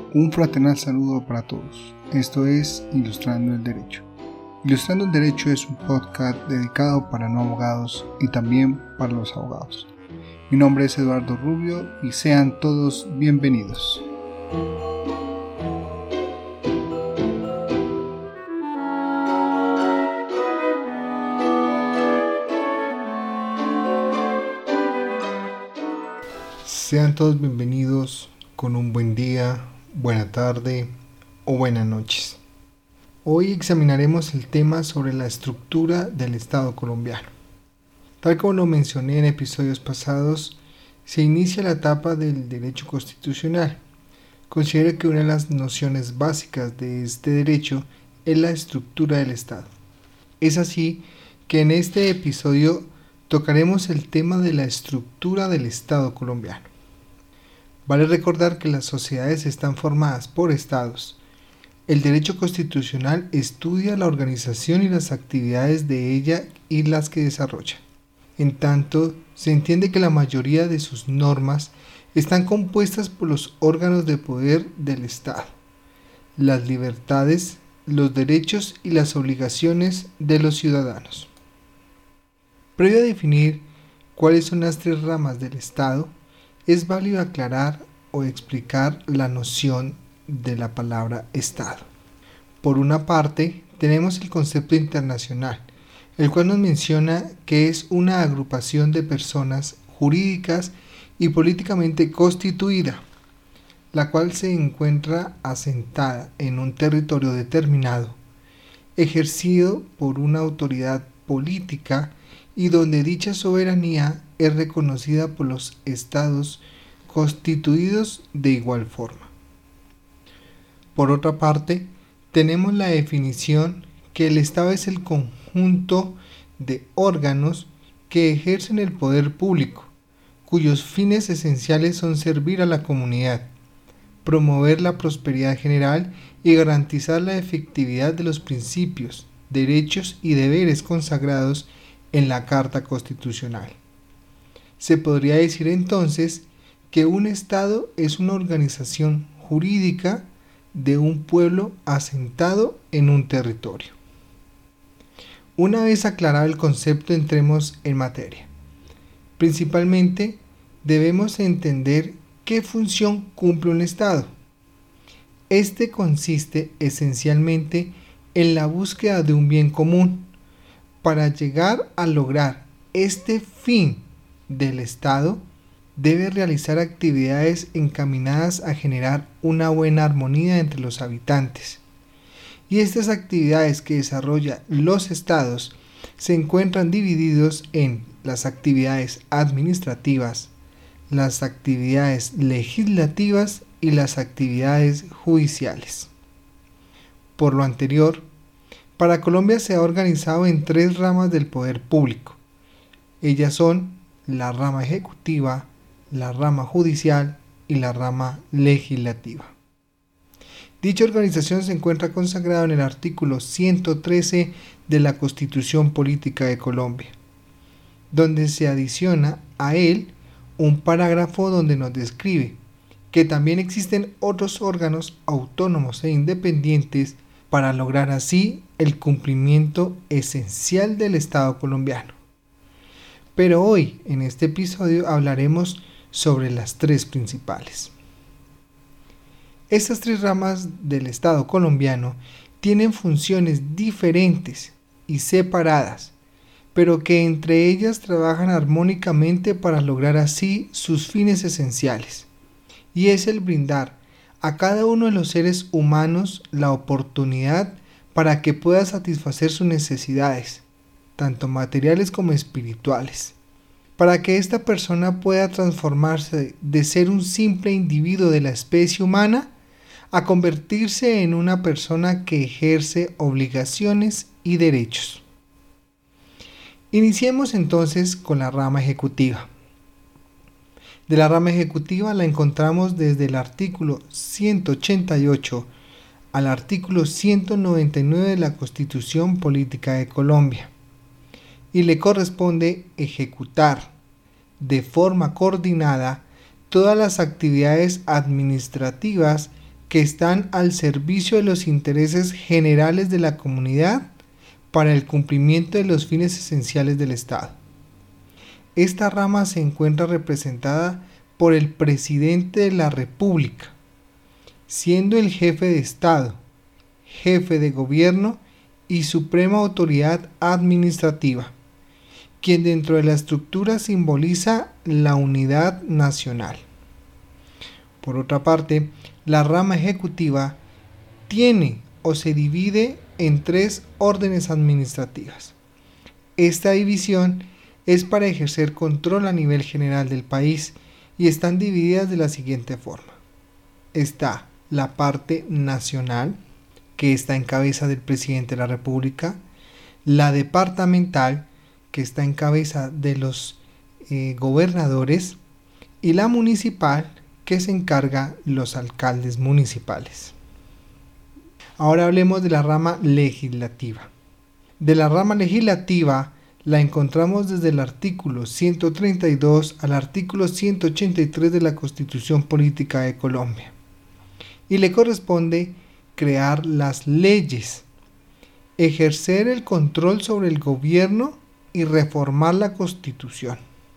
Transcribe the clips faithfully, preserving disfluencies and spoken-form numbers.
Un fraternal saludo para todos. Esto es Ilustrando el Derecho. Ilustrando el Derecho es un podcast dedicado para no abogados y también para los abogados. Mi nombre es Eduardo Rubio y sean todos bienvenidos. Sean todos bienvenidos con un buen día, buena tarde o buenas noches. Hoy examinaremos el tema sobre la estructura del Estado colombiano. Tal como lo mencioné en episodios pasados, se inicia la etapa del derecho constitucional. Considero que una de las nociones básicas de este derecho es la estructura del Estado. Es así que en este episodio tocaremos el tema de la estructura del Estado colombiano. Vale recordar que las sociedades están formadas por estados. El derecho constitucional estudia la organización y las actividades de ella y las que desarrolla. En tanto, se entiende que la mayoría de sus normas están compuestas por los órganos de poder del Estado, las libertades, los derechos y las obligaciones de los ciudadanos. Previo a definir cuáles son las tres ramas del Estado, es válido aclarar o explicar la noción de la palabra Estado. Por una parte, tenemos el concepto internacional, el cual nos menciona que es una agrupación de personas jurídicas y políticamente constituida, la cual se encuentra asentada en un territorio determinado, ejercido por una autoridad política y donde dicha soberanía es reconocida por los estados constituidos de igual forma. Por otra parte, tenemos la definición que el Estado es el conjunto de órganos que ejercen el poder público, cuyos fines esenciales son servir a la comunidad, promover la prosperidad general y garantizar la efectividad de los principios, derechos y deberes consagrados en la Carta Constitucional. Se podría decir entonces que un Estado es una organización jurídica de un pueblo asentado en un territorio. Una vez aclarado el concepto, entremos en materia. Principalmente, debemos entender qué función cumple un Estado. Este consiste esencialmente en la búsqueda de un bien común. Para llegar a lograr este fin del Estado, debe realizar actividades encaminadas a generar una buena armonía entre los habitantes. Y estas actividades que desarrollan los estados se encuentran divididos en las actividades administrativas, las actividades legislativas y las actividades judiciales. Por lo anterior, para Colombia se ha organizado en tres ramas del poder público. Ellas son la rama ejecutiva, la rama judicial y la rama legislativa. Dicha organización se encuentra consagrada en el artículo ciento trece de la Constitución Política de Colombia, donde se adiciona a él un parágrafo donde nos describe que también existen otros órganos autónomos e independientes para lograr así el cumplimiento esencial del Estado colombiano. Pero hoy, en este episodio, hablaremos sobre las tres principales. Estas tres ramas del Estado colombiano tienen funciones diferentes y separadas, pero que entre ellas trabajan armónicamente para lograr así sus fines esenciales, y es el brindar a cada uno de los seres humanos la oportunidad para que pueda satisfacer sus necesidades, tanto materiales como espirituales, para que esta persona pueda transformarse de ser un simple individuo de la especie humana a convertirse en una persona que ejerce obligaciones y derechos. Iniciemos entonces con la rama ejecutiva. De la rama ejecutiva la encontramos desde el artículo ciento ochenta y ocho al artículo ciento noventa y nueve de la Constitución Política de Colombia, y le corresponde ejecutar de forma coordinada todas las actividades administrativas que están al servicio de los intereses generales de la comunidad para el cumplimiento de los fines esenciales del Estado. Esta rama se encuentra representada por el presidente de la República, siendo el jefe de Estado, jefe de gobierno y suprema autoridad administrativa, quien dentro de la estructura simboliza la unidad nacional. Por otra parte, la rama ejecutiva tiene o se divide en tres órdenes administrativas. Esta división es para ejercer control a nivel general del país y están divididas de la siguiente forma. Está la parte nacional, que está en cabeza del presidente de la República, la departamental, que está en cabeza de los eh, gobernadores, y la municipal, que se encarga los alcaldes municipales. Ahora hablemos de la rama legislativa. De la rama legislativa la encontramos desde el artículo ciento treinta y dos al artículo ciento ochenta y tres de la Constitución Política de Colombia, y le corresponde crear las leyes, ejercer el control sobre el gobierno y reformar la Constitución.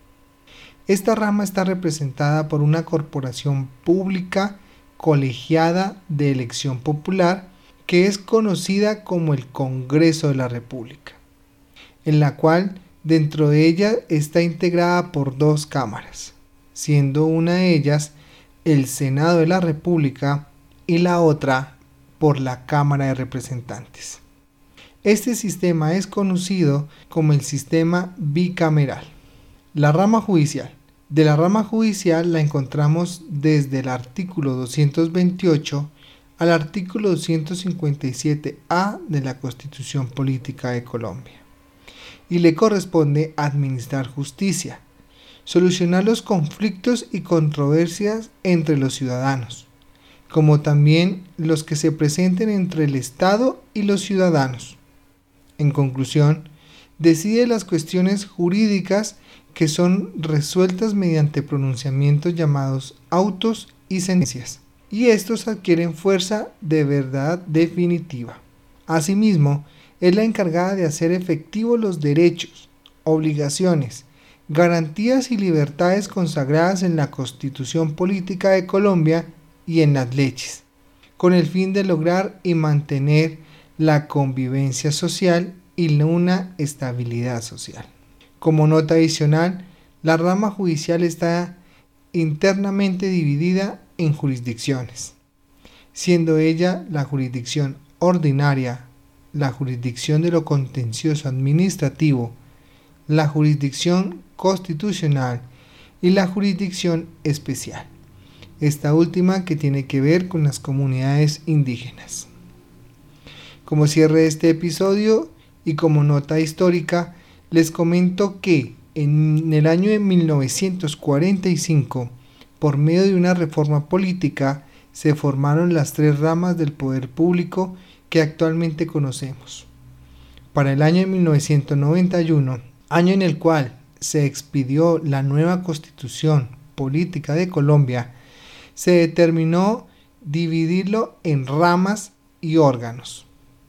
Esta rama está representada por una corporación pública colegiada de elección popular que es conocida como el Congreso de la República, en la cual dentro de ella está integrada por dos cámaras, siendo una de ellas el Senado de la República y la otra por la Cámara de Representantes. Este sistema es conocido como el sistema bicameral. La rama judicial. De la rama judicial la encontramos desde el artículo doscientos veintiocho al artículo doscientos cincuenta y siete A de la Constitución Política de Colombia, y le corresponde administrar justicia, solucionar los conflictos y controversias entre los ciudadanos, como también los que se presenten entre el Estado y los ciudadanos. En conclusión, decide las cuestiones jurídicas que son resueltas mediante pronunciamientos llamados autos y sentencias, y estos adquieren fuerza de verdad definitiva. Asimismo, es la encargada de hacer efectivos los derechos, obligaciones, garantías y libertades consagradas en la Constitución Política de Colombia y en las leyes, con el fin de lograr y mantener la convivencia social y una estabilidad social. Como nota adicional, la rama judicial está internamente dividida en jurisdicciones, siendo ella la jurisdicción ordinaria, la jurisdicción de lo contencioso administrativo, la jurisdicción constitucional y la jurisdicción especial, esta última que tiene que ver con las comunidades indígenas. Como cierre de este episodio y como nota histórica, les comento que en el año de mil novecientos cuarenta y cinco, por medio de una reforma política, se formaron las tres ramas del poder público que actualmente conocemos. Para el año de mil novecientos noventa y uno, año en el cual se expidió la nueva Constitución Política de Colombia, se determinó dividirlo en ramas y órganos.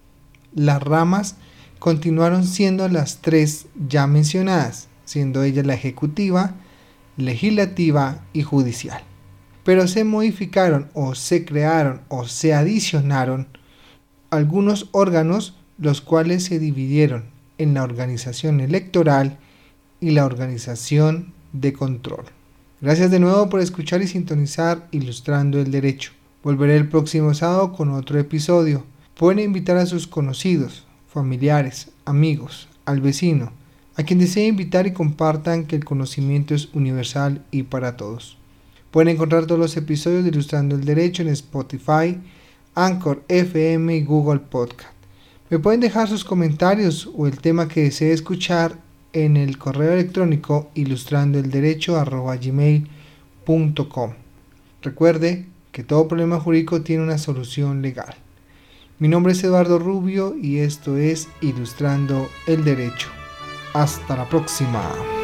Las ramas continuaron siendo las tres ya mencionadas, siendo ellas la ejecutiva, legislativa y judicial. Pero se modificaron o se crearon o se adicionaron algunos órganos, los cuales se dividieron en la organización electoral y la organización de control. Gracias de nuevo por escuchar y sintonizar Ilustrando el Derecho. Volveré el próximo sábado con otro episodio. Pueden invitar a sus conocidos, familiares, amigos, al vecino, a quien desee invitar y compartan que el conocimiento es universal y para todos. Pueden encontrar todos los episodios de Ilustrando el Derecho en Spotify, Anchor F M y Google Podcast. Me pueden dejar sus comentarios o el tema que desee escuchar en el correo electrónico ilustrandoelderecho arroba gmail punto com. Recuerde que todo problema jurídico tiene una solución legal. Mi nombre es Eduardo Rubio y esto es Ilustrando el Derecho. Hasta la próxima.